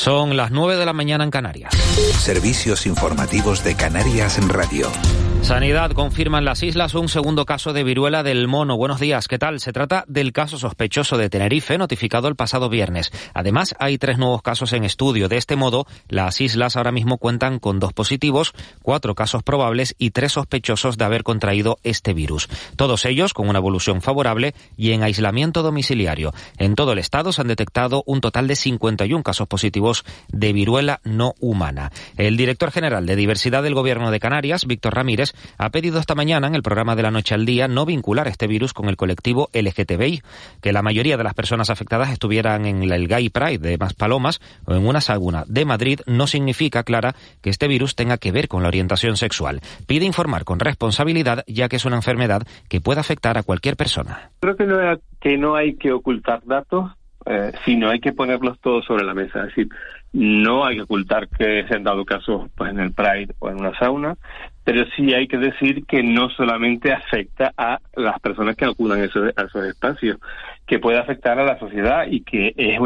Son las 9 de la mañana en Canarias. Servicios informativos de Canarias en Radio. Sanidad confirma en las islas un segundo caso de viruela del mono. Buenos días, ¿qué tal? Se trata del caso sospechoso de Tenerife, notificado el pasado viernes. Además, hay 3 nuevos casos en estudio. De este modo, las islas ahora mismo cuentan con 2 positivos, 4 casos probables y 3 sospechosos de haber contraído este virus. Todos ellos con una evolución favorable y en aislamiento domiciliario. En todo el estado se han detectado un total de 51 casos positivos de viruela no humana. El director general de Diversidad del Gobierno de Canarias, Víctor Ramírez, ha pedido esta mañana en el programa de La Noche al Día no vincular este virus con el colectivo LGTBI, que la mayoría de las personas afectadas estuvieran en el Gay Pride de Maspalomas o en una sauna de Madrid no significa, aclara, que este virus tenga que ver con la orientación sexual. Pide informar con responsabilidad, ya que es una enfermedad que puede afectar a cualquier persona. Creo que no hay que ocultar datos, sino hay que ponerlos todos sobre la mesa. Es decir, no hay que ocultar que se han dado casos pues, en el Pride o en una sauna, pero sí hay que decir que no solamente afecta a las personas que acudan a esos espacios, que puede afectar a la sociedad y que es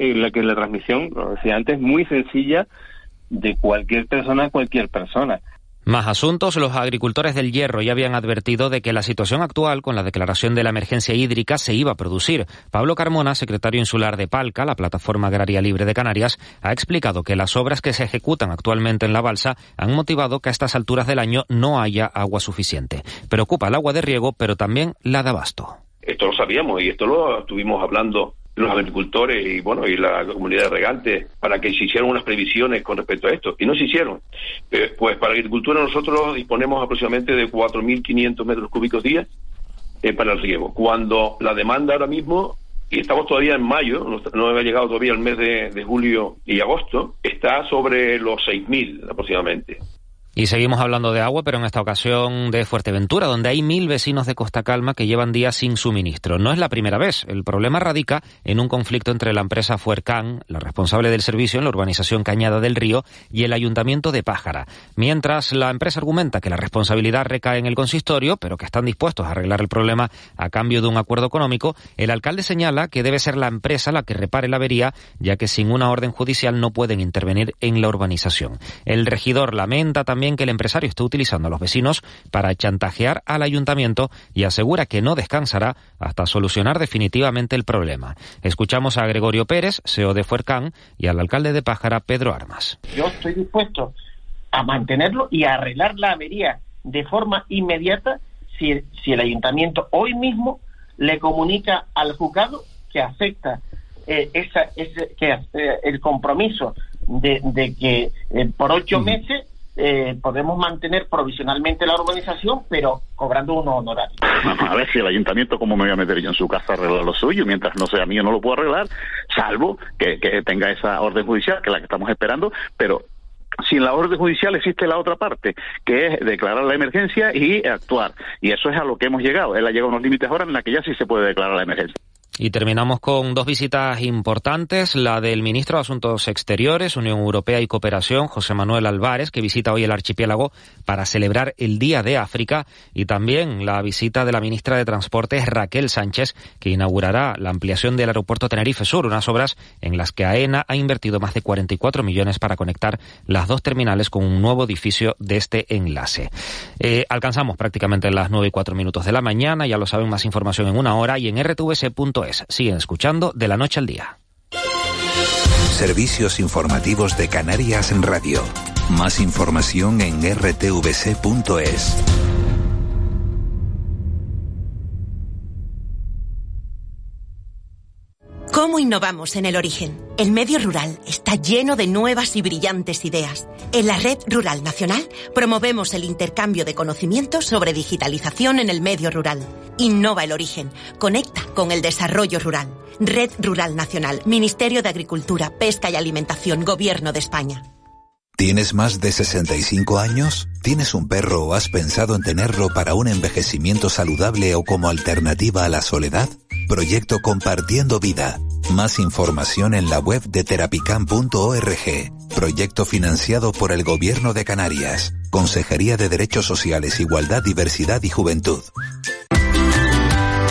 la transmisión, lo decía antes, muy sencilla de cualquier persona a cualquier persona. Más asuntos. Los agricultores del Hierro ya habían advertido de que la situación actual con la declaración de la emergencia hídrica se iba a producir. Pablo Carmona, secretario insular de Palca, la plataforma agraria libre de Canarias, ha explicado que las obras que se ejecutan actualmente en la balsa han motivado que a estas alturas del año no haya agua suficiente. Preocupa el agua de riego, pero también la de abasto. Esto lo sabíamos y esto lo estuvimos hablando los agricultores y la comunidad de regantes para que se hicieran unas previsiones con respecto a esto, y no se hicieron. Pues para la agricultura nosotros disponemos aproximadamente de 4.500 metros cúbicos día para el riego, cuando la demanda ahora mismo, y estamos todavía en mayo, no había llegado todavía el mes de julio y agosto, está sobre los 6.000 aproximadamente. Y seguimos hablando de agua, pero en esta ocasión de Fuerteventura, donde hay 1.000 vecinos de Costa Calma que llevan días sin suministro. No es la primera vez. El problema radica en un conflicto entre la empresa Fuercan, la responsable del servicio en la urbanización Cañada del Río, y el ayuntamiento de Pájara. Mientras la empresa argumenta que la responsabilidad recae en el consistorio, pero que están dispuestos a arreglar el problema a cambio de un acuerdo económico, el alcalde señala que debe ser la empresa la que repare la avería, ya que sin una orden judicial no pueden intervenir en la urbanización. El regidor lamenta también que el empresario esté utilizando a los vecinos para chantajear al ayuntamiento y asegura que no descansará hasta solucionar definitivamente el problema. Escuchamos a Gregorio Pérez, CEO de Fuercan, y al alcalde de Pájara, Pedro Armas. Yo estoy dispuesto a mantenerlo y a arreglar la avería de forma inmediata si el ayuntamiento hoy mismo le comunica al juzgado que afecta el compromiso de que por 8 meses podemos mantener provisionalmente la urbanización, pero cobrando unos honorarios. A ver si el ayuntamiento, ¿cómo me voy a meter yo en su casa a arreglar lo suyo? Mientras no sea mío no lo puedo arreglar, salvo que tenga esa orden judicial, que es la que estamos esperando, pero sin la orden judicial existe la otra parte, que es declarar la emergencia y actuar. Y eso es a lo que hemos llegado. Él ha llegado a unos límites ahora en la que ya sí se puede declarar la emergencia. Y terminamos con 2 visitas importantes, la del ministro de Asuntos Exteriores, Unión Europea y Cooperación, José Manuel Álvarez, que visita hoy el archipiélago para celebrar el Día de África, y también la visita de la ministra de Transportes, Raquel Sánchez, que inaugurará la ampliación del aeropuerto Tenerife Sur, unas obras en las que AENA ha invertido más de 44 millones para conectar las 2 terminales con un nuevo edificio de este enlace. Alcanzamos prácticamente las 9:04 de la mañana, ya lo saben, más información en una hora y en rtvc.es. Siguen escuchando De la Noche al Día. Servicios informativos de Canarias en Radio. Más información en rtvc.es. ¿Cómo innovamos en El Origen? El medio rural está lleno de nuevas y brillantes ideas. En la Red Rural Nacional promovemos el intercambio de conocimientos sobre digitalización en el medio rural. Innova El Origen. Conecta con el desarrollo rural. Red Rural Nacional. Ministerio de Agricultura, Pesca y Alimentación. Gobierno de España. ¿Tienes más de 65 años? ¿Tienes un perro o has pensado en tenerlo para un envejecimiento saludable o como alternativa a la soledad? Proyecto Compartiendo Vida. Más información en la web de terapicam.org. Proyecto financiado por el Gobierno de Canarias. Consejería de Derechos Sociales, Igualdad, Diversidad y Juventud.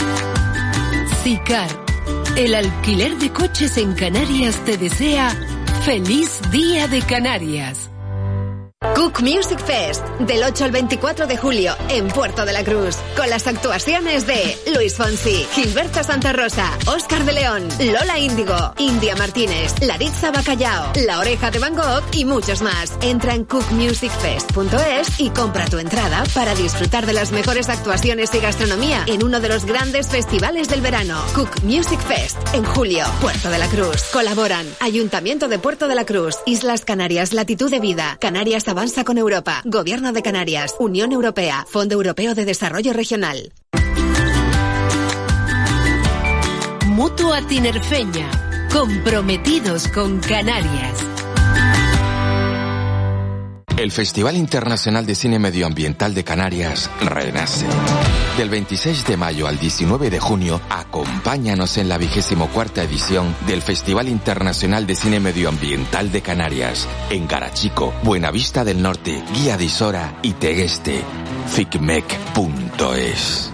Sicar. El alquiler de coches en Canarias te desea ¡Feliz Día de Canarias! Cook Music Fest, del 8 al 24 de julio, en Puerto de la Cruz, con las actuaciones de Luis Fonsi, Gilberto Santa Rosa, Óscar de León, Lola Índigo, India Martínez, Laritza Bacallao, La Oreja de Van Gogh y muchos más. Entra en cookmusicfest.es y compra tu entrada para disfrutar de las mejores actuaciones y gastronomía en uno de los grandes festivales del verano. Cook Music Fest, en julio, Puerto de la Cruz. Colaboran Ayuntamiento de Puerto de la Cruz, Islas Canarias, Latitud de Vida, Canarias Avanza con Europa, Gobierno de Canarias, Unión Europea, Fondo Europeo de Desarrollo Regional. Mutua Tinerfeña, comprometidos con Canarias. El Festival Internacional de Cine Medioambiental de Canarias renace. Del 26 de mayo al 19 de junio, acompáñanos en la 24ª edición del Festival Internacional de Cine Medioambiental de Canarias, en Garachico, Buenavista del Norte, Guía de Isora y Tegueste. ficmec.es.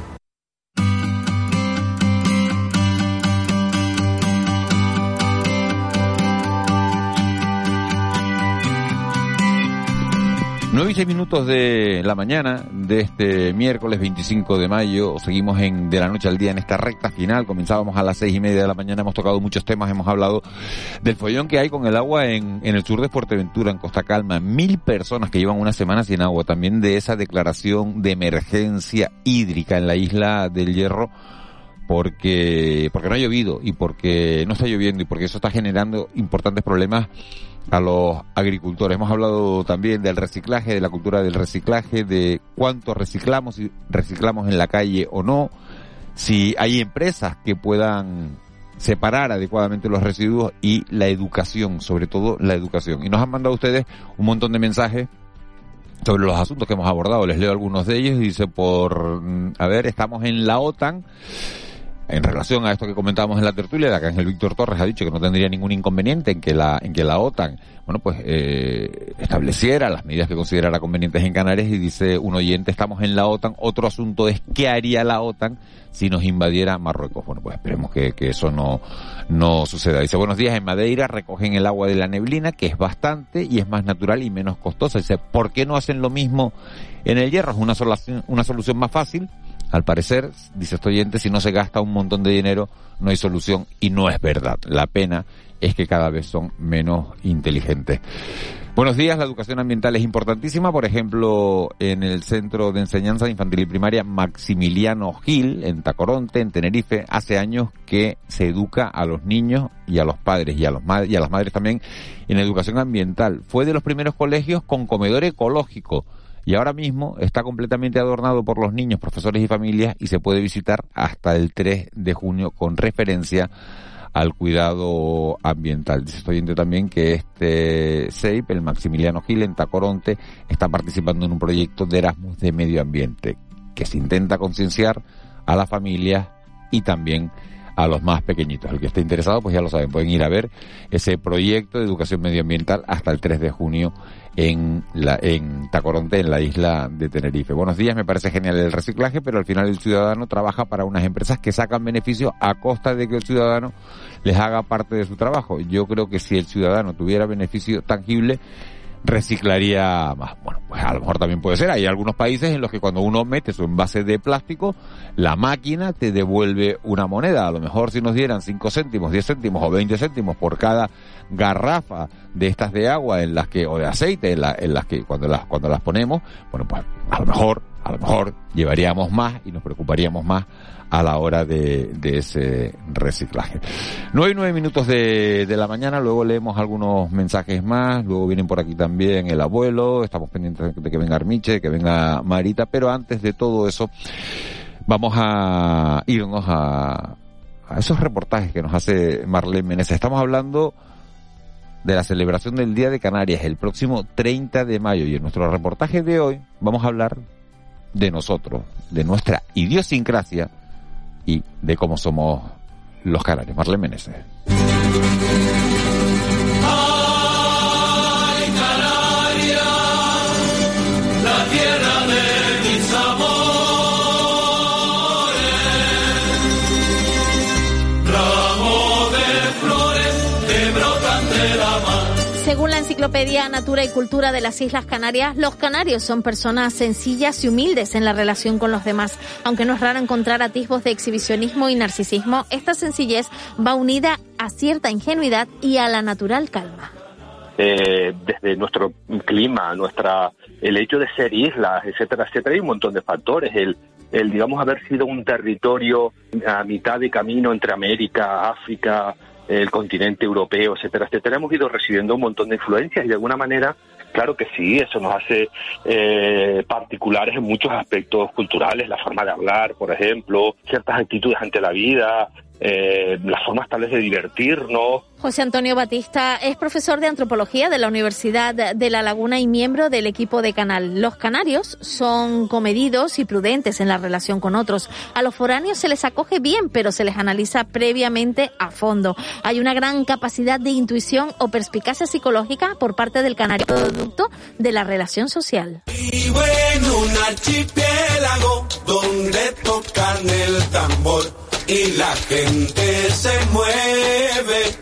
Nueve y 6 minutos de la mañana de este miércoles 25 de mayo. Seguimos de la noche al día en esta recta final. Comenzábamos a las 6:30 de la mañana. Hemos tocado muchos temas. Hemos hablado del follón que hay con el agua en el sur de Fuerteventura, en Costa Calma. 1.000 personas que llevan una semana sin agua. También de esa declaración de emergencia hídrica en la isla del Hierro, porque no ha llovido y porque no está lloviendo y porque eso está generando importantes problemas a los agricultores. Hemos hablado también del reciclaje, de la cultura del reciclaje, de cuánto reciclamos, si reciclamos en la calle o no, si hay empresas que puedan separar adecuadamente los residuos y la educación, sobre todo la educación. Y nos han mandado ustedes un montón de mensajes sobre los asuntos que hemos abordado. Les leo algunos de ellos. Dice estamos en la OTAN. En relación a esto que comentábamos en la tertulia, el Arcángel Víctor Torres ha dicho que no tendría ningún inconveniente en que la OTAN, estableciera las medidas que considerara convenientes en Canarias. Y dice un oyente, estamos en la OTAN. Otro asunto es qué haría la OTAN si nos invadiera Marruecos. Bueno, pues esperemos que eso no suceda. Dice, buenos días, en Madeira recogen el agua de la neblina, que es bastante y es más natural y menos costosa. Dice, ¿por qué no hacen lo mismo en el Hierro? Es una solución más fácil. Al parecer, dice este oyente, si no se gasta un montón de dinero, no hay solución, y no es verdad. La pena es que cada vez son menos inteligentes. Buenos días, la educación ambiental es importantísima. Por ejemplo, en el Centro de Enseñanza Infantil y Primaria Maximiliano Gil, en Tacoronte, en Tenerife, hace años que se educa a los niños y a los padres y a las madres también en educación ambiental. Fue de los primeros colegios con comedor ecológico. Y ahora mismo está completamente adornado por los niños, profesores y familias, y se puede visitar hasta el 3 de junio con referencia al cuidado ambiental. Dice este oyente también que este CEIP, el Maximiliano Gil, en Tacoronte, está participando en un proyecto de Erasmus de medio ambiente, que se intenta concienciar a las familias y también a los más pequeñitos. El que esté interesado, pues ya lo saben, pueden ir a ver ese proyecto de educación medioambiental hasta el 3 de junio en Tacoronte, en la isla de Tenerife. Buenos días, me parece genial el reciclaje, pero al final el ciudadano trabaja para unas empresas que sacan beneficios a costa de que el ciudadano les haga parte de su trabajo. Yo creo que si el ciudadano tuviera beneficio tangible, reciclaría más. Bueno, pues a lo mejor también puede ser. Hay algunos países en los que cuando uno mete su envase de plástico, la máquina te devuelve una moneda. A lo mejor si nos dieran 5 céntimos, 10 céntimos o 20 céntimos por cada garrafa de estas de agua o de aceite en las que cuando las ponemos, bueno, pues a lo mejor llevaríamos más y nos preocuparíamos más a la hora de ese reciclaje. 9:09 minutos de la mañana. Luego leemos algunos mensajes más. Luego vienen por aquí también el abuelo. Estamos pendientes de que venga Armiche, de que venga Marita. Pero antes de todo eso, vamos a irnos a esos reportajes que nos hace Marlene Meneses. Estamos hablando de la celebración del Día de Canarias el próximo 30 de mayo. Y en nuestro reportaje de hoy vamos a hablar de nosotros, de nuestra idiosincrasia y de cómo somos los canarios. Marlene Meneses. ¡Ay, Canarias! La tierra de mis amores, ramo de flores que brotan de la mar. Según la enciclopedia Natura y Cultura de las Islas Canarias, los canarios son personas sencillas y humildes en la relación con los demás. Aunque no es raro encontrar atisbos de exhibicionismo y narcisismo, esta sencillez va unida a cierta ingenuidad y a la natural calma. Desde nuestro clima, el hecho de ser islas, etcétera, etcétera, hay un montón de factores. El digamos, haber sido un territorio a mitad de camino entre América, África, el continente europeo, etcétera, etcétera, hemos ido recibiendo un montón de influencias y de alguna manera, claro que sí, eso nos hace particulares en muchos aspectos culturales, la forma de hablar, por ejemplo, ciertas actitudes ante la vida, las formas tal vez de divertirnos. José Antonio Batista es profesor de antropología de la Universidad de La Laguna y miembro del equipo de Canal. Los canarios son comedidos y prudentes en la relación con otros. A los foráneos se les acoge bien, pero se les analiza previamente a fondo. Hay una gran capacidad de intuición o perspicacia psicológica por parte del canario, producto de la relación social. Vivo en un archipiélago donde tocan el tambor y la gente se mueve.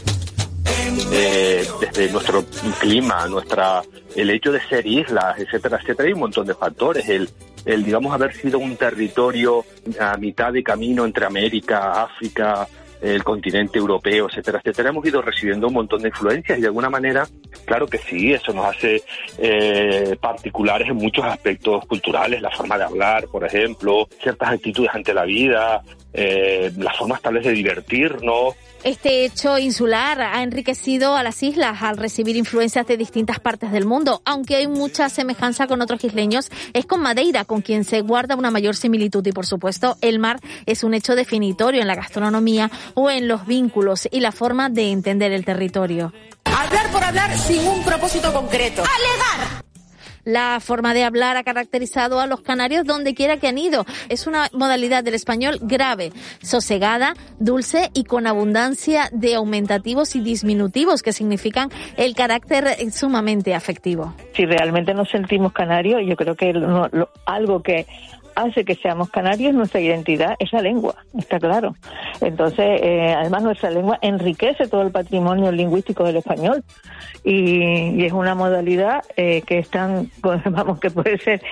Desde nuestro clima, el hecho de ser islas, etcétera, etcétera, hay un montón de factores. El digamos, haber sido un territorio a mitad de camino entre América, África, el continente europeo, etcétera, etcétera, hemos ido recibiendo un montón de influencias y de alguna manera, claro que sí, eso nos hace particulares en muchos aspectos culturales, la forma de hablar, por ejemplo, ciertas actitudes ante la vida, las formas tal vez de divertirnos. Este hecho insular ha enriquecido a las islas al recibir influencias de distintas partes del mundo. Aunque hay mucha semejanza con otros isleños, es con Madeira con quien se guarda una mayor similitud y, por supuesto, el mar es un hecho definitorio en la gastronomía o en los vínculos y la forma de entender el territorio. Hablar por hablar sin un propósito concreto. ¡Alegar! La forma de hablar ha caracterizado a los canarios donde quiera que han ido. Es una modalidad del español grave, sosegada, dulce y con abundancia de aumentativos y disminutivos que significan el carácter sumamente afectivo. Si realmente nos sentimos canarios, yo creo que algo que hace que seamos canarios, nuestra identidad es la lengua, está claro. Entonces, además nuestra lengua enriquece todo el patrimonio lingüístico del español y es una modalidad que es tan, vamos, que puede ser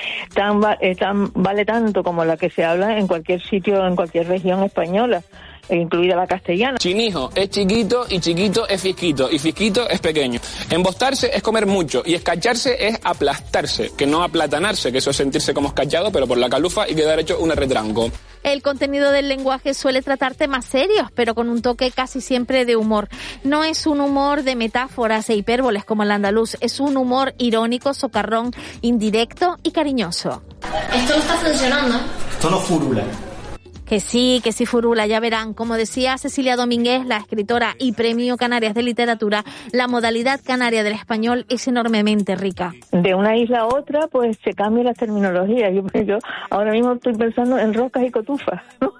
vale tanto como la que se habla en cualquier sitio, en cualquier región española, incluida la castellana. Chinijo es chiquito y chiquito es fisquito y fisquito es pequeño. Embostarse es comer mucho y escacharse es aplastarse, que no aplatanarse, que eso es sentirse como escachado pero por la calufa y quedar hecho un retranco. El contenido del lenguaje suele tratar temas serios, pero con un toque casi siempre de humor. No es un humor de metáforas e hipérboles como el andaluz, es un humor irónico, socarrón, indirecto y cariñoso. Esto no está funcionando. Esto no furula. Que sí furula, ya verán. Como decía Cecilia Domínguez, la escritora y Premio Canarias de Literatura, la modalidad canaria del español es enormemente rica. De una isla a otra, pues se cambian las terminologías. Yo ahora mismo estoy pensando en rocas y cotufas, ¿no?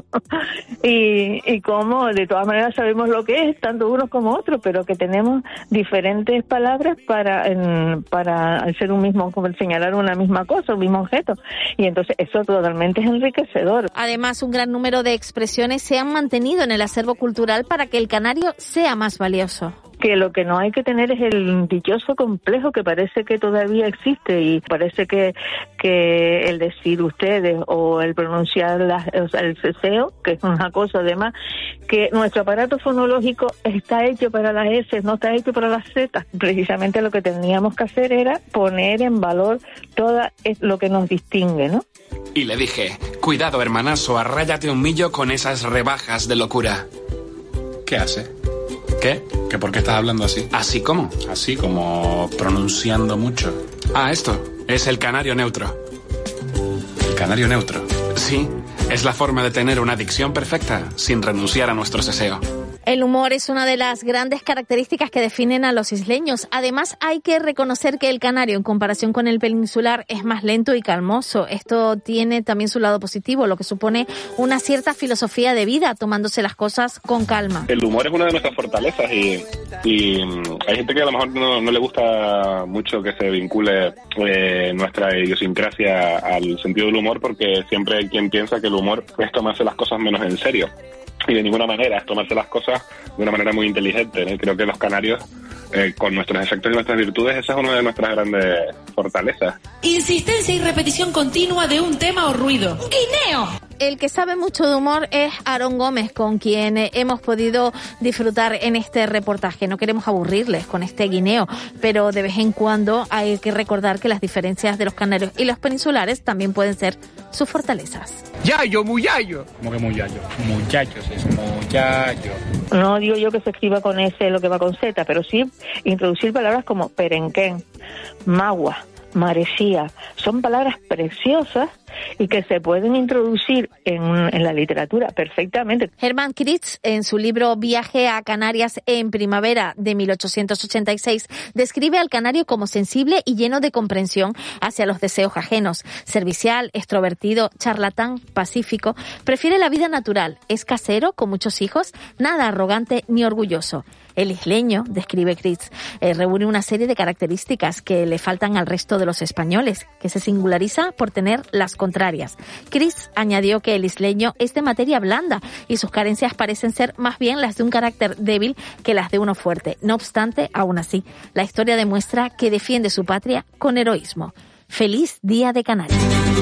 y como de todas maneras sabemos lo que es, tanto unos como otros, pero que tenemos diferentes palabras para hacer un mismo, como señalar una misma cosa, un mismo objeto. Y entonces eso totalmente es enriquecedor. Además, un gran número de expresiones se han mantenido en el acervo cultural para que el canario sea más valioso. Que lo que no hay que tener es el dichoso complejo que parece que todavía existe y parece que el decir ustedes o el pronunciar el ceseo, que es una cosa además, que nuestro aparato fonológico está hecho para las S, no está hecho para las Z. Precisamente lo que teníamos que hacer era poner en valor todo lo que nos distingue, ¿no? Y le dije, cuidado hermanazo, arráyate un millo con esas rebajas de locura. ¿Qué hace? ¿Qué? ¿Que por qué estás hablando así? ¿Así cómo? Así como pronunciando mucho. Ah, esto es el canario neutro. ¿El canario neutro? Sí, es la forma de tener una dicción perfecta sin renunciar a nuestro seseo. El humor es una de las grandes características que definen a los isleños. Además, hay que reconocer que el canario, en comparación con el peninsular, es más lento y calmoso. Esto tiene también su lado positivo, lo que supone una cierta filosofía de vida, tomándose las cosas con calma. El humor es una de nuestras fortalezas y hay gente que a lo mejor no le gusta mucho que se vincule nuestra idiosincrasia al sentido del humor, porque siempre hay quien piensa que el humor es tomarse las cosas menos en serio. Y de ninguna manera, es tomarse las cosas de una manera muy inteligente, ¿no? Creo que los canarios con nuestros defectos y nuestras virtudes, esa es una de nuestras grandes fortalezas. Insistencia y repetición continua de un tema o ruido. ¡Guineo! El que sabe mucho de humor es Aarón Gómez, con quien hemos podido disfrutar en este reportaje. No queremos aburrirles con este guineo, pero de vez en cuando hay que recordar que las diferencias de los canarios y los peninsulares también pueden ser sus fortalezas. Yayo, muyayo. ¿Cómo que muyayo? Muchachos, es muchacho. No digo yo que se escriba con S lo que va con Z, pero sí introducir palabras como perenquén, magua, maresía. Son palabras preciosas y que se pueden introducir en la literatura perfectamente. Hermann Kritz, en su libro Viaje a Canarias en primavera de 1886, describe al canario como sensible y lleno de comprensión hacia los deseos ajenos. Servicial, extrovertido, charlatán, pacífico. Prefiere la vida natural. Es casero, con muchos hijos, nada arrogante ni orgulloso. El isleño, describe Kritz, reúne una serie de características que le faltan al resto de los españoles, que se singulariza por tener las contrarias. Kritz añadió que el isleño es de materia blanda y sus carencias parecen ser más bien las de un carácter débil que las de uno fuerte. No obstante, aún así, la historia demuestra que defiende su patria con heroísmo. ¡Feliz Día de Canarias!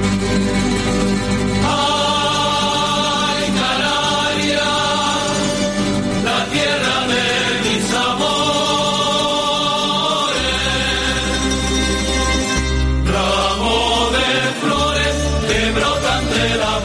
Ramo de flores que brotan de la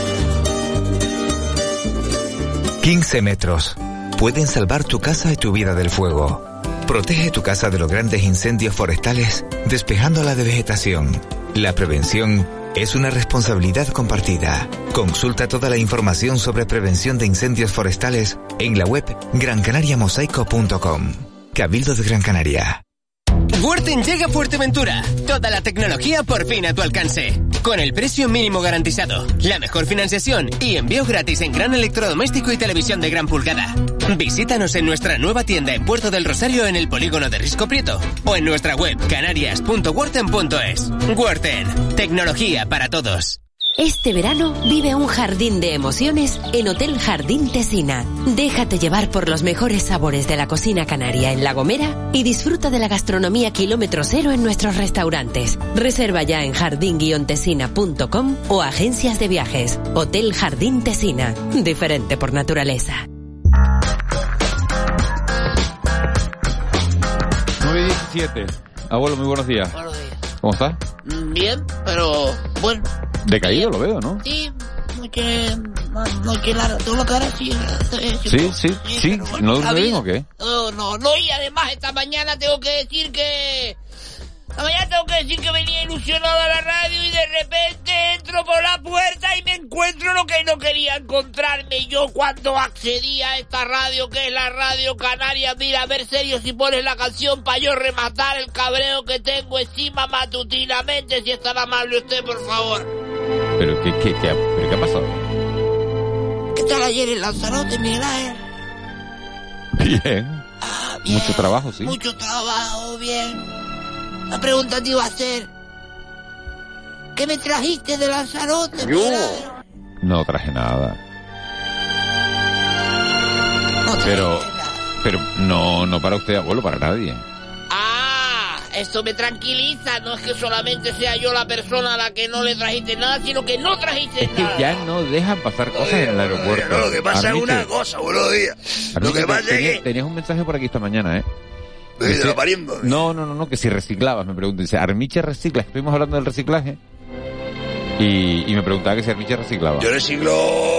mar. 15 metros. Pueden salvar tu casa y tu vida del fuego. Protege tu casa de los grandes incendios forestales, despejándola de vegetación. La prevención es una responsabilidad compartida. Consulta toda la información sobre prevención de incendios forestales en la web grancanariamosaico.com. Cabildo de Gran Canaria. Worten llega a Fuerteventura. Toda la tecnología por fin a tu alcance. Con el precio mínimo garantizado, la mejor financiación y envío gratis en gran electrodoméstico y televisión de gran pulgada. Visítanos en nuestra nueva tienda en Puerto del Rosario en el polígono de Risco Prieto o en nuestra web canarias.worten.es. Worten, tecnología para todos. Este verano vive un jardín de emociones en Hotel Jardín Tesina. Déjate llevar por los mejores sabores de la cocina canaria en La Gomera y disfruta de la gastronomía kilómetro cero en nuestros restaurantes. Reserva ya en jardin-tesina.com o agencias de viajes. Hotel Jardín Tesina, diferente por naturaleza. 9:17. Abuelo, muy buenos días. Buenos días. ¿Cómo estás? Bien, pero bueno. Decaído lo veo, ¿no? Sí, noche larga. Tengo la cara así. Sí. ¿No duerme bien o qué? No, y además esta mañana tengo que decir que venía ilusionado a la radio y de repente entro por la puerta y me encuentro lo que no quería encontrarme yo cuando accedí a esta radio, que es la Radio Canaria. Mira, a ver serio si pones la canción para yo rematar el cabreo que tengo encima matutinamente, si es tan amable usted, por favor. ¿Pero qué ha pasado? ¿Qué tal ayer en Lanzarote, Miguel Ángel? Bien. Bien. Mucho trabajo, sí. Mucho trabajo, bien. La pregunta te iba a hacer: ¿qué me trajiste de Lanzarote? No traje nada. Pero no para usted, abuelo, para nadie. Esto me tranquiliza. No es que solamente sea yo la persona a la que no le trajiste nada, sino que no trajiste nada. Es que ya no dejan pasar cosas en el aeropuerto. No, lo que pasa es una cosa, buenos días. Lo que pasa es que... Tenías un mensaje por aquí esta mañana, ¿eh? ¿De pariendo? No, que si reciclabas, me pregunto. Dice, ¿Armiche recicla? Estuvimos hablando del reciclaje. Y me preguntaba que si Armiche reciclaba. Yo reciclo...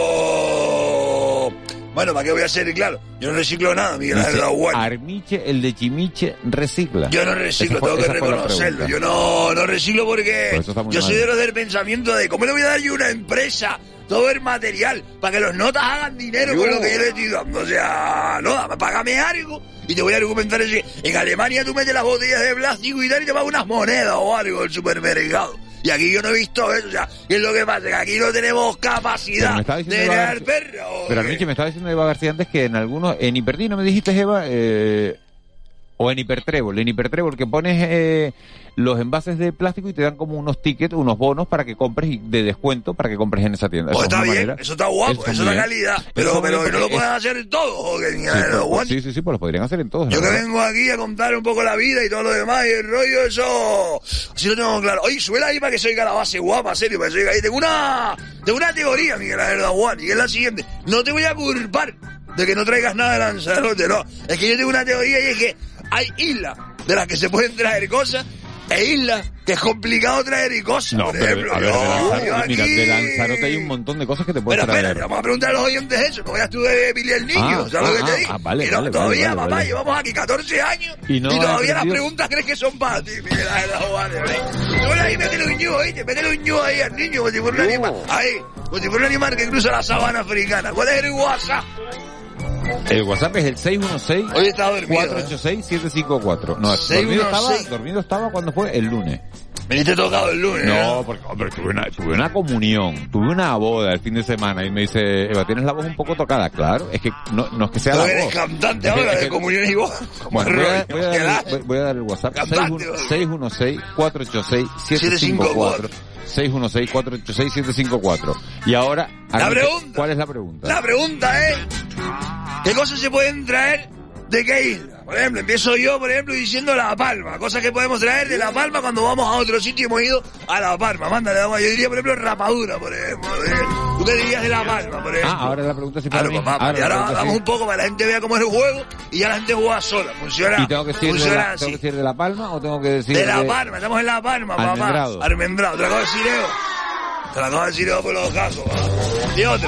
Bueno, ¿para qué voy a ser claro? Yo no reciclo nada, Miguel Ángel Aguano. Armiche, el de Chimiche, recicla. Yo no reciclo, tengo que reconocerlo. Yo no reciclo porque yo soy de los del pensamiento de ¿cómo le voy a dar yo una empresa todo el material para que los notas hagan dinero con lo que yo le estoy dando? O sea, no, págame algo y te voy a argumentar eso. En Alemania tú metes las botellas de plástico y tal y te pagas unas monedas o algo del supermercado. Y aquí yo no he visto eso, o sea, ¿qué es lo que pasa? Que aquí no tenemos capacidad de tener perro. Pero Armiche, me estaba diciendo Eva García antes que en algunos, en Hiperdino me dijiste, Eva, O en Hipertrébol, que pones los envases de plástico y te dan como unos tickets, unos bonos para que compres de descuento para que compres en esa tienda. Pues eso está bien, eso está guapo, eso es la calidad. Pero no lo pueden hacer en todos. Sí, pues lo podrían hacer en todos. Yo que vengo aquí a contar un poco la vida y todo lo demás y el rollo, eso así lo tengo claro. Oye, suela ahí para que soy la base guapa, serio, para que soy ahí. Tengo una teoría, Miguel, la verdad, Juan, y es la siguiente. No te voy a culpar de que no traigas nada de Lanzarote, no. Es que yo tengo una teoría y es que hay islas de las que se pueden traer cosas e islas que es complicado traer cosas. No, por pero ejemplo, a ver, mira, de Lanzarote hay un montón de cosas que te pueden traer. Espera, vamos a preguntar a los oyentes eso. No vayas tú de Billy el Niño, ¿sabes lo que te digo? Vale, todavía, vale, papá, llevamos aquí 14 años y todavía las preguntas crees que son para ti. Mira, tú ahí métele un ñu, ¿oíste? Métele un ñu ahí al niño como si fuera un animal. Ahí, como si fuera un animal que cruza la sabana africana. ¿Cuál es el WhatsApp? El WhatsApp es el 616-486-754. No, dormido estaba cuando fue el lunes. ¿Veniste tocado el lunes? No, porque, hombre, tuve una comunión, tuve una boda el fin de semana y me dice, Eva, ¿tienes la voz un poco tocada? Claro, es que no es que sea la voz. Tú eres cantante ahora de comunión y voz. Bueno, voy a dar el WhatsApp. 616-486-754. 616-486-754. Y ahora, ¿cuál es la pregunta? La pregunta es, ¿qué cosas se pueden traer de qué isla? Por ejemplo, empiezo yo, diciendo La Palma. Cosas que podemos traer de La Palma cuando vamos a otro sitio. Hemos ido a La Palma. Mándale, yo diría, por ejemplo, rapadura, por ejemplo. ¿Tú qué dirías de La Palma, por ejemplo? Ahora la pregunta es si para mí. Ahora vamos un poco para que la gente vea cómo es el juego y ya la gente juega sola. Funciona. ¿Y tengo que decir de La Palma o tengo que decir de La Palma? Estamos en La Palma, papá. Almendrado. Te lo acabo de decir, Eo, por los casos. Y otra.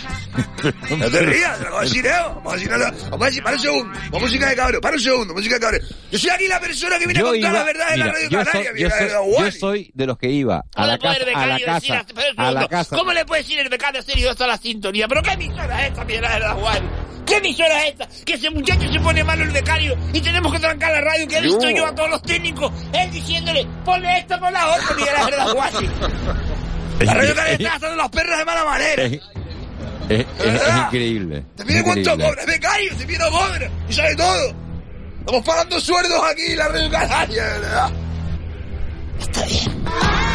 No te rías, te lo acabo de decir, Vamos a decir, para un segundo. Música de cabrón. Yo soy aquí la persona que viene a contar la verdad de la Radio Canaria. Yo soy de los que iba a la casa. ¿Cómo le puede decir el becado serio a la sintonía? ¿Pero qué emisora es esta, mierda de la Juan? ¿Qué emisora es esta? Que ese muchacho se pone malo el becario y tenemos que trancar la radio, que he visto yo a todos los técnicos, él diciéndole, ponle esto con la otra, mierda de la Juan. La Radio Canaria está gastando las perras de mala manera. Es increíble. Te pide cuánto cobra, becario, te pide no cobra, y sabe todo. Estamos pagando sueldos aquí en la Radio Canaria, de verdad. Está bien.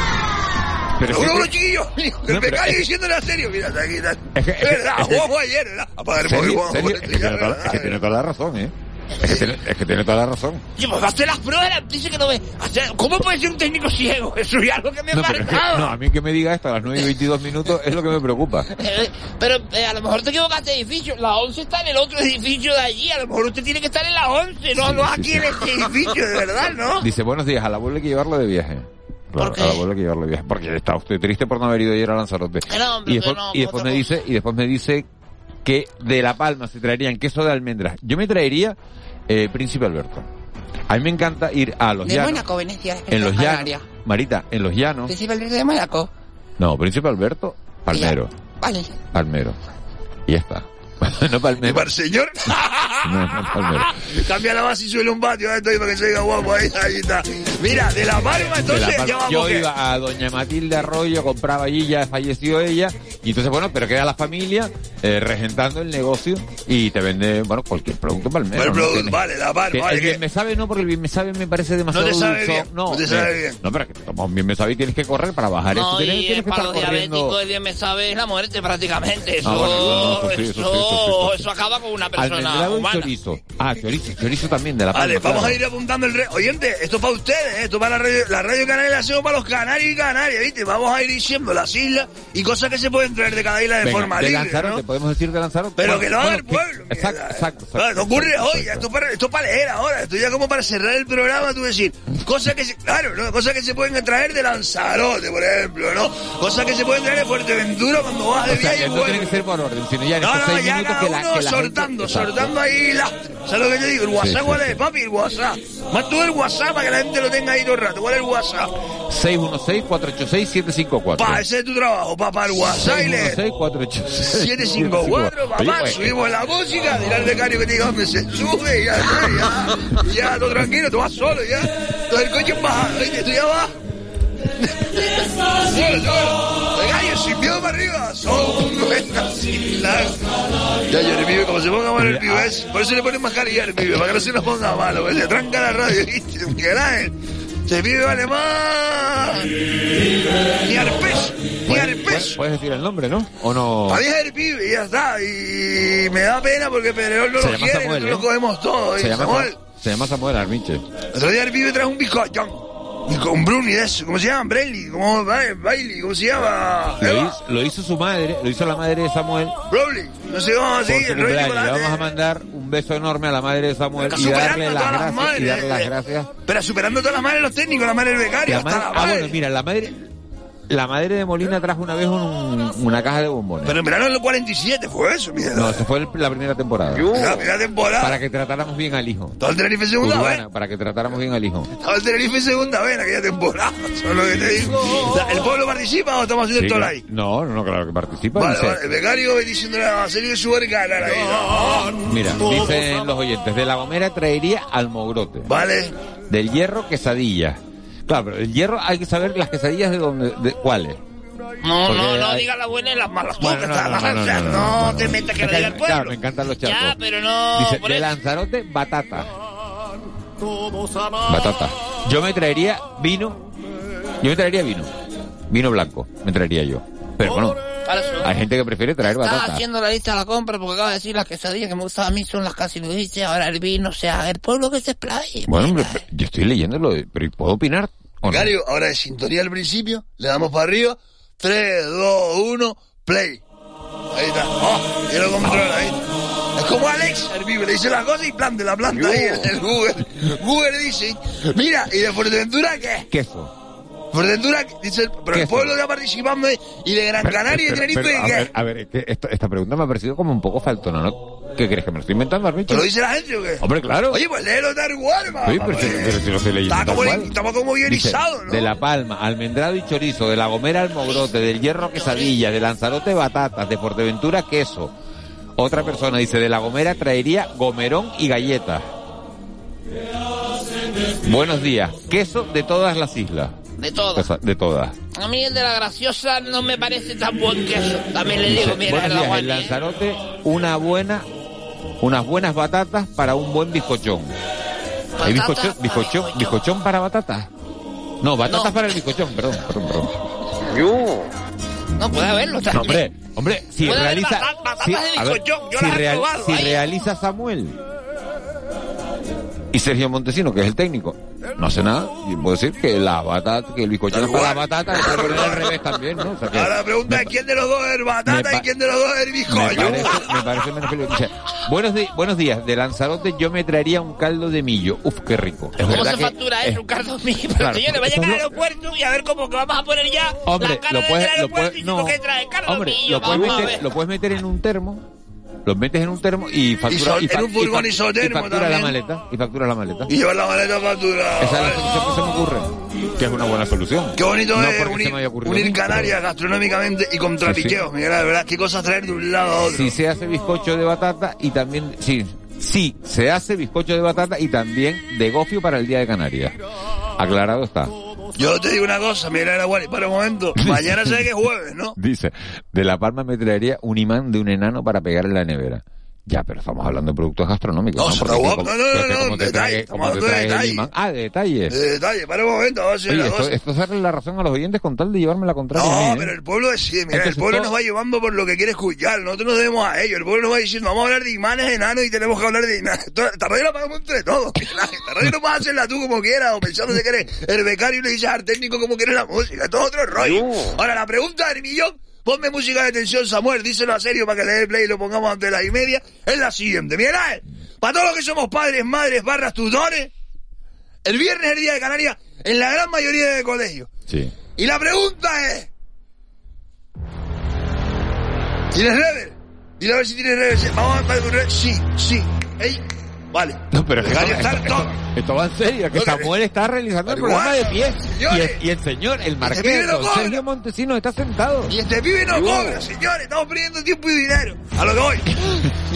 Pero uno chiquillos, el becario diciéndole a serio, mira, aquí está. Es verdad, jugamos ayer, ¿verdad? Apagar el móvil, es que tiene toda la razón, Es que tiene toda la razón. Yo, pues hacer las pruebas, dice que no ve. ¿Cómo puede ser un técnico ciego? Eso es algo que me ha marcado. A mí que me diga esto a las 9:22 es lo que me preocupa. Pero a lo mejor te equivocaste de edificio. La 11 está en el otro edificio de allí. A lo mejor usted tiene que estar en la 11, no aquí en este edificio, de verdad, ¿no? Dice, buenos días, al abuelo hay que llevarlo de viaje. Claro, al abuelo hay que llevarlo de viaje. Porque está usted triste por no haber ido ayer a Lanzarote. Y después me dice que de La Palma se traerían queso de almendras. Yo me traería Príncipe Alberto. A mí me encanta ir a los llanos. De Mónaco, Venecia. En los llanos. Marita, en los llanos. ¿Príncipe Alberto de Mónaco? No, Príncipe Alberto, Palmero. Vale. Palmero. Y ya está. No Palmero. ¿Y para el señor? No Palmero. Cambia la base y suele un patio, estoy para que se diga guapo, ahí está. Mira, de La Palma, entonces, ya vamos. Yo iba a doña Matilde Arroyo, compraba allí, ya falleció ella, y entonces, bueno, pero queda la familia regentando el negocio y te vende, bueno, cualquier producto Palmero. Vale, La Palma. El bien me sabe no, porque el bien me sabe me parece demasiado dulce. No te sabe bien. No, pero que como bien me sabe tienes que correr para bajar esto. Tienes que para los diabéticos el bien me sabe es la muerte prácticamente. Eso acaba con una persona almendrado humana. Y chorizo. Chorizo también de La Palma. Vale, vamos a ir apuntando el oyente, esto es para ustedes, esto para la radio Canaria, la hacemos para los canarios y canarias, ¿viste? Vamos a ir diciendo las islas y cosas que se pueden traer de cada isla de forma libre, Lanzarote, ¿no? Podemos decir de Lanzarote. Pero que lo haga el pueblo. Exacto. No ocurre hoy, esto es para leer ahora, esto ya como para cerrar el programa, tú decir, cosas que se pueden traer de Lanzarote, por ejemplo, ¿no? Cosas que se pueden traer de Fuerteventura cuando vas de viaje. No tiene que ser por orden, sino ya en estos 6 minutos que la soltando ahí ¿sabes lo que te digo? El WhatsApp, ¿cuál es, papi? El WhatsApp. Más tú el WhatsApp para que la gente lo tenga ahí todo el rato. ¿Cuál es el WhatsApp? 616-486-754. Ese es tu trabajo, papá, el WhatsApp. 616-486-754, papá. Subimos la música, dirá al becario que te diga dónde se sube y ya, todo tranquilo, tú vas solo ya. Entonces el coche es bajado, ¿viste? Tú ya vas. Gallo, sin miedo para arriba. Son nuestras islas. Ya, yo, el pibe, como se ponga malo el pibe es. Por eso le ponen mascarilla al pibe, para que no se nos ponga malo. Porque se tranca la radio, ¿viste? Se pibe vale más. Ni arpés. Puedes decir el nombre, ¿no? ¿O no? A mí es el pibe y ya está. Y me da pena porque Pedrerol no lo quiere. Samuel, nosotros lo cogemos todo. Se llama Samuel Armiche. El otro día el pibe trajo un bizcochón. Y con Bruni de eso, ¿cómo se llama? Bailey, ¿cómo se llama? Lo hizo su madre, lo hizo la madre de Samuel. Broly, no sé cómo así. Le vamos a mandar un beso enorme a la madre de Samuel y darle las gracias. Pero superando todas las madres los técnicos, la madre del becario, hasta la madre. Bueno, mira, la madre de Molina trajo una vez una caja de bombones. Pero en verano del 47 fue eso, mira. No, eso fue la primera temporada. La primera temporada. Para que tratáramos bien al hijo. Todo el Tenerife segunda vena. Para que tratáramos bien al hijo. Todo el Tenerife segunda vena, aquella temporada. Eso es lo que te digo. O sea, ¿el pueblo participa o estamos haciendo el tol ahí? No, claro que participa. Vale, el becario diciendo la serie de su ganar ahí. No. Mira, dicen los oyentes, de La Gomera traería almogrote. Vale. Del Hierro, quesadillas. Claro, pero el Hierro hay que saber las quesadillas de cuáles. No digas las buenas y las malas. No te metas que lo diga el pueblo. Claro, me encantan los charcos. Ya, pero no... Dice, de Lanzarote, batata. Yo me traería vino. Vino blanco, me traería yo. Pero bueno, hay gente que prefiere traer batata. Estaba haciendo la lista de la compra porque acabo de decir las quesadillas que me gustaban a mí son las casi lo dice, ahora el vino, o sea, el pueblo que se explaye. Bueno, hombre, yo estoy leyéndolo, pero ¿puedo opinar? Becario, no? Ahora de sintonía al principio, le damos para arriba, 3, 2, 1, play. Ahí está. Y lo controla, ahí está. Es como Alex, el pibe, le dice las cosas y planta ahí en el Google. Google dice, mira, ¿y de Fuerteventura qué? Queso. Fuerteventura, dice, pero el pueblo está participando y de Gran Canaria y de Tenerife, ¿qué? A ver, esta pregunta me ha parecido como un poco faltona, ¿no? ¿Qué crees, que me lo estoy inventando, Armicho? ¿Lo dice la gente o qué? Hombre, claro. Oye, pues léelo tal cual, mamá. Sí, pero si lo estoy leyendo Estamos como guionizados, ¿no? De La Palma, almendrado y chorizo, de La Gomera, almogrote, del Hierro, quesadillas, de Lanzarote, batatas, de Fuerteventura, queso. Otra persona dice, de La Gomera traería gomerón y galletas. Buenos días. Queso de todas las islas. De todas. De todas. A mí el de La Graciosa no me parece tan buen queso. También le digo, mira, buenos días, en Lanzarote, unas buenas batatas para un buen bizcochón. ¿Hay bizcochón para batatas? No, batatas para el bizcochón, perdón. No puede haberlo también. Hombre, si realiza... Si realiza Samuel y Sergio Montesino, que es el técnico, no hace nada, y puedo decir que la batata, que el bizcochón es para la batata, y puede poner al revés también, ¿no? O sea que ahora la pregunta es quién de los dos es batata y quién de los dos es el bizcocho. Me parece menos feliz. Dice, buenos días, de Lanzarote yo me traería un caldo de millo. Uf, qué rico. ¿Cómo se factura eso, un caldo de millo? Pero señores, vayan al aeropuerto y a ver cómo que vamos a poner ya la cara del aeropuerto y digo que trae caldo de millo. Lo puedes meter en un termo. Los metes en un termo y facturas en un furgón isotermo factura la maleta. Y facturas la maleta. Y llevar la maleta facturada. Esa es la solución que se me ocurre. Que es una buena solución. Qué bonito es unir Canarias gastronómicamente y con trapicheos. Mira, la verdad, qué cosas traer de un lado a otro. Si se hace bizcocho de batata y también... Sí, se hace bizcocho de batata y también de gofio para el Día de Canarias. Aclarado está. Yo te digo una cosa, mira, para un momento, mañana sé que es jueves, ¿no? Dice, de La Palma me traería un imán de un enano para pegar en la nevera. Ya, pero estamos hablando de productos gastronómicos. No, está guapo. No, detalle. Estamos hablando de detalle. De detalle. De detalle, para un momento, vamos a hacer una cosa. Esto es darle la razón a los oyentes con tal de llevarme la contraria. No, pero el pueblo decide, mira, el pueblo nos va llevando por lo que quiere escuchar, nosotros nos debemos a ellos, el pueblo nos va diciendo, vamos a hablar de imanes enanos y tenemos que hablar de imanes. Esta radio la pagamos entre todos. Esta radio no puedes hacerla tú como quieras o pensándote que eres el becario y le dices al técnico como quieres la música, esto es otro rollo. Ahora, la pregunta del millón, ponme música de tensión, Samuel, díselo a serio para que le dé play y lo pongamos ante las 1:30. Es la siguiente. Mira, para todos los que somos padres, madres, barras, tutores, el viernes es el Día de Canarias en la gran mayoría de colegios. Sí. Y la pregunta es... ¿Tienes rever? Dile a ver si tienes rever. Vamos a ver un rever. Sí. Ey. Vale. No, pero esto va en serio, que Samuel está realizando el programa de pie. Y el señor, el marqués, Sergio Montesino, está sentado. Y este pibe no cobra, señores. Estamos perdiendo tiempo y dinero. A lo que voy.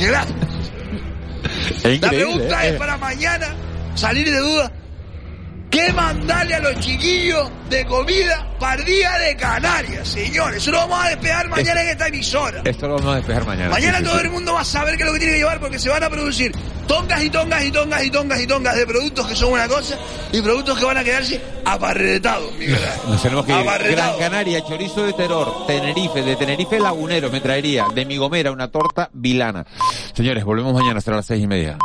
La pregunta es para mañana, salir de duda. que mandarle a los chiquillos de comida para el Día de Canarias, señores. Eso lo vamos a despejar mañana en esta emisora. Esto lo vamos a despejar mañana. Mañana todo el mundo va a saber qué es lo que tiene que llevar, porque se van a producir tongas y tongas y tongas y tongas y tongas de productos que son una cosa y productos que van a quedarse aparretados, Miguel. Nos tenemos que ir. Gran Canaria, chorizo de Terror, Tenerife, de Tenerife Lagunero me traería, de Mi Gomera una torta vilana. Señores, volvemos mañana hasta las 6:30.